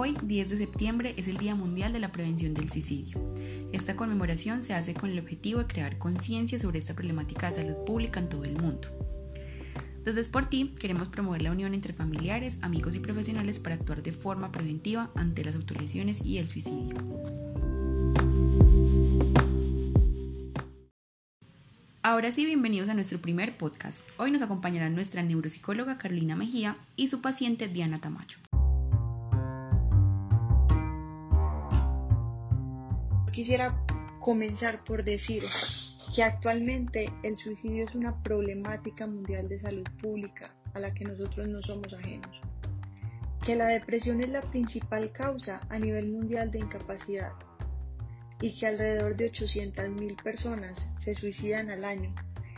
Hoy, 10 de septiembre, es el Día Mundial de la Prevención del Suicidio. Esta conmemoración se hace con el objetivo de crear conciencia sobre esta problemática de salud pública en todo el mundo. Desde Sporti queremos promover la unión entre familiares, amigos y profesionales para actuar de forma preventiva ante las autolesiones y el suicidio. Ahora sí, bienvenidos a nuestro primer podcast. Hoy nos acompañará nuestra neuropsicóloga Carolina Mejía y su paciente Diana Tamayo. Quisiera comenzar por decir que actualmente el suicidio es una problemática mundial de salud pública a la que nosotros no somos ajenos, que la depresión es la principal causa a nivel mundial de incapacidad y que alrededor de 800.000 personas se suicidan al año.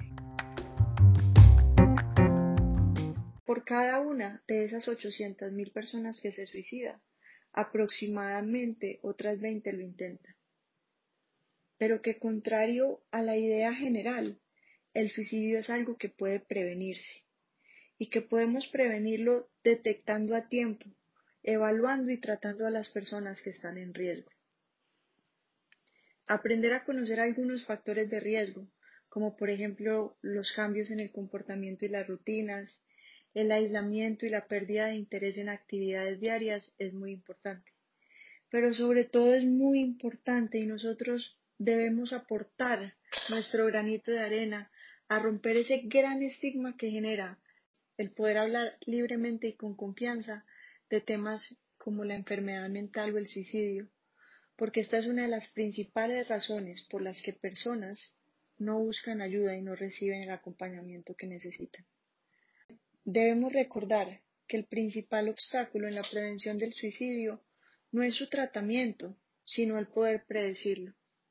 Por cada una de esas 800.000 personas que se suicidan, aproximadamente otras 20 lo intentan. Pero que contrario a la idea general, el suicidio es algo que puede prevenirse y que podemos prevenirlo detectando a tiempo, evaluando y tratando a las personas que están en riesgo. Aprender a conocer algunos factores de riesgo, como por ejemplo los cambios en el comportamiento y las rutinas, el aislamiento y la pérdida de interés en actividades diarias es muy importante. Pero sobre todo es muy importante y nosotros debemos aportar nuestro granito de arena a romper ese gran estigma que genera el poder hablar libremente y con confianza de temas como la enfermedad mental o el suicidio, porque esta es una de las principales razones por las que personas no buscan ayuda y no reciben el acompañamiento que necesitan. Debemos recordar que el principal obstáculo en la prevención del suicidio no es su tratamiento, sino el poder predecirlo.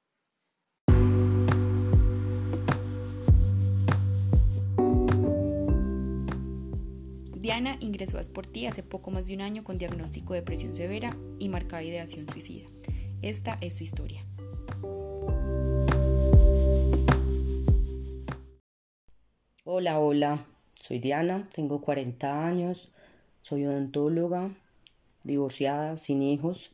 Diana ingresó a Sporti hace poco más de un año con diagnóstico de depresión severa y marcada ideación suicida. Esta es su historia. Hola, soy Diana, tengo 40 años, soy odontóloga, divorciada, sin hijos,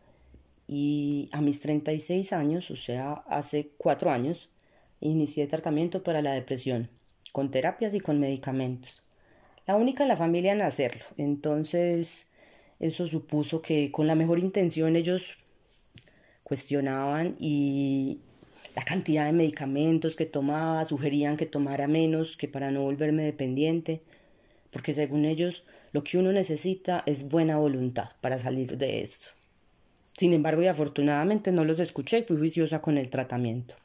y a mis 36 años, o sea, hace 4 años, inicié tratamiento para la depresión, con terapias y con medicamentos. La única en la familia en hacerlo, entonces eso supuso que con la mejor intención ellos cuestionaban y la cantidad de medicamentos que tomaba, sugerían que tomara menos, que para no volverme dependiente, porque según ellos lo que uno necesita es buena voluntad para salir de esto. Sin embargo, y afortunadamente no los escuché y fui juiciosa con el tratamiento.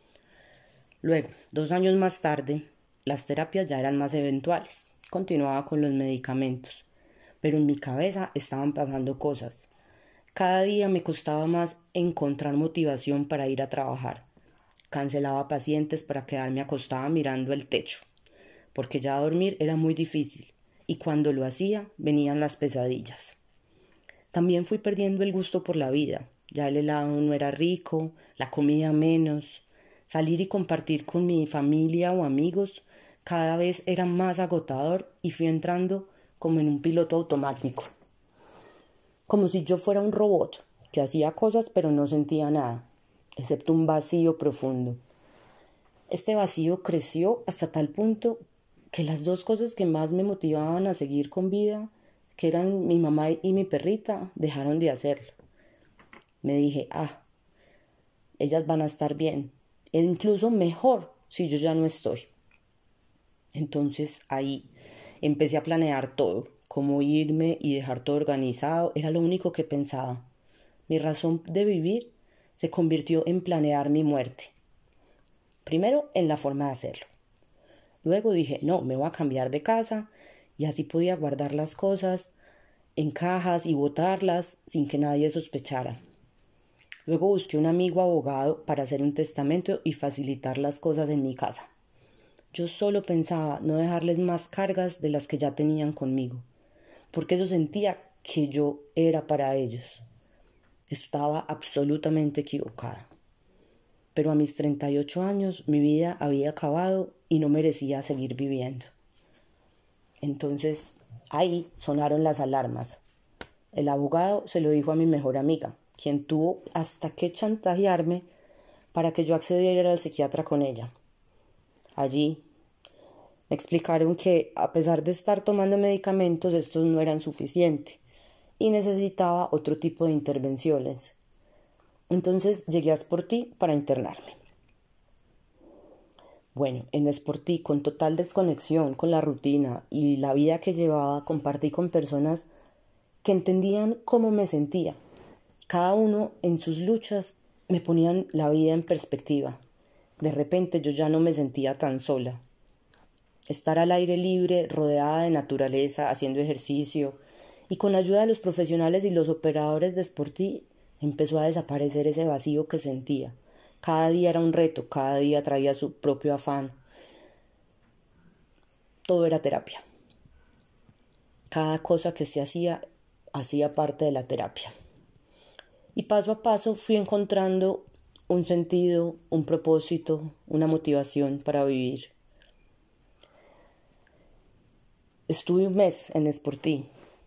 Luego, 2 años más tarde, las terapias ya eran más eventuales. Continuaba con los medicamentos, pero en mi cabeza estaban pasando cosas. Cada día me costaba más encontrar motivación para ir a trabajar. Cancelaba pacientes para quedarme acostada mirando el techo, porque ya dormir era muy difícil, y cuando lo hacía venían las pesadillas. También fui perdiendo el gusto por la vida. Ya el helado no era rico, la comida menos. Salir y compartir con mi familia o amigos cada vez era más agotador y fui entrando como en un piloto automático. Como si yo fuera un robot que hacía cosas pero no sentía nada, excepto un vacío profundo. Este vacío creció hasta tal punto que las 2 cosas que más me motivaban a seguir con vida, que eran mi mamá y mi perrita, dejaron de hacerlo. Me dije, ellas van a estar bien, e incluso mejor si yo ya no estoy. Entonces ahí empecé a planear todo, cómo irme y dejar todo organizado, era lo único que pensaba. Mi razón de vivir se convirtió en planear mi muerte. Primero en la forma de hacerlo. Luego dije, no, me voy a cambiar de casa y así podía guardar las cosas en cajas y botarlas sin que nadie sospechara. Luego busqué un amigo abogado para hacer un testamento y facilitar las cosas en mi casa. Yo solo pensaba no dejarles más cargas de las que ya tenían conmigo, porque eso sentía que yo era para ellos. Estaba absolutamente equivocada. Pero a mis 38 años mi vida había acabado y no merecía seguir viviendo. Entonces ahí sonaron las alarmas. El abogado se lo dijo a mi mejor amiga, quien tuvo hasta que chantajearme para que yo accediera al psiquiatra con ella. Allí me explicaron que, a pesar de estar tomando medicamentos, estos no eran suficientes y necesitaba otro tipo de intervenciones. Entonces llegué a Sporti para internarme. Bueno, en Sporti, con total desconexión con la rutina y la vida que llevaba, compartí con personas que entendían cómo me sentía. Cada uno en sus luchas me ponían la vida en perspectiva. De repente yo ya no me sentía tan sola. Estar al aire libre, rodeada de naturaleza, haciendo ejercicio y con la ayuda de los profesionales y los operadores de Sporti, empezó a desaparecer ese vacío que sentía. Cada día era un reto, cada día traía su propio afán. Todo era terapia. Cada cosa que se hacía parte de la terapia. Y paso a paso fui encontrando un sentido, un propósito, una motivación para vivir. Estuve un mes en Sporti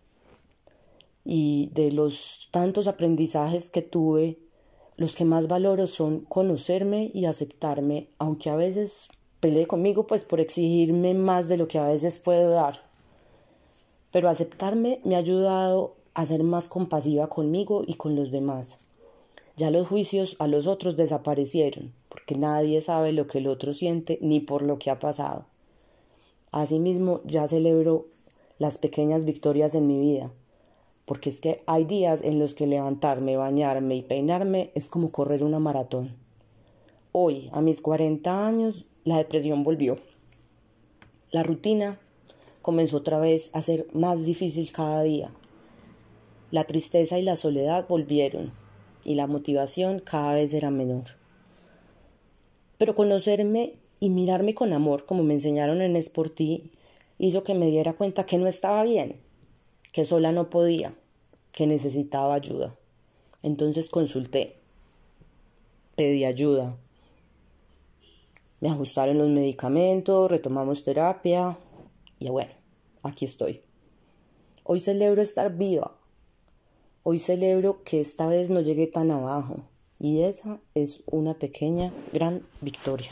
y de los tantos aprendizajes que tuve, los que más valoro son conocerme y aceptarme, aunque a veces peleé conmigo pues por exigirme más de lo que a veces puedo dar. Pero aceptarme me ha ayudado a ser más compasiva conmigo y con los demás. Ya los juicios a los otros desaparecieron, porque nadie sabe lo que el otro siente ni por lo que ha pasado. Asimismo, ya celebro las pequeñas victorias en mi vida, porque es que hay días en los que levantarme, bañarme y peinarme es como correr una maratón. Hoy, a mis 40 años, la depresión volvió. La rutina comenzó otra vez a ser más difícil cada día. La tristeza y la soledad volvieron y la motivación cada vez era menor. Pero conocerme y mirarme con amor, como me enseñaron en Sporti, hizo que me diera cuenta que no estaba bien, que sola no podía, que necesitaba ayuda. Entonces consulté, pedí ayuda. Me ajustaron los medicamentos, retomamos terapia y bueno, aquí estoy. Hoy celebro estar viva. Hoy celebro que esta vez no llegué tan abajo y esa es una pequeña, gran victoria.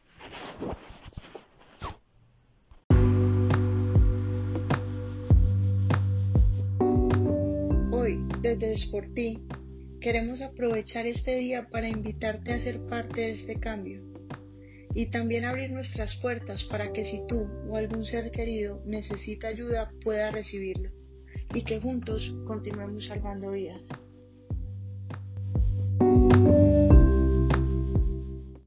Hoy, desde Sporti, queremos aprovechar este día para invitarte a ser parte de este cambio y también abrir nuestras puertas para que si tú o algún ser querido necesita ayuda pueda recibirlo y que juntos continuemos salvando vidas.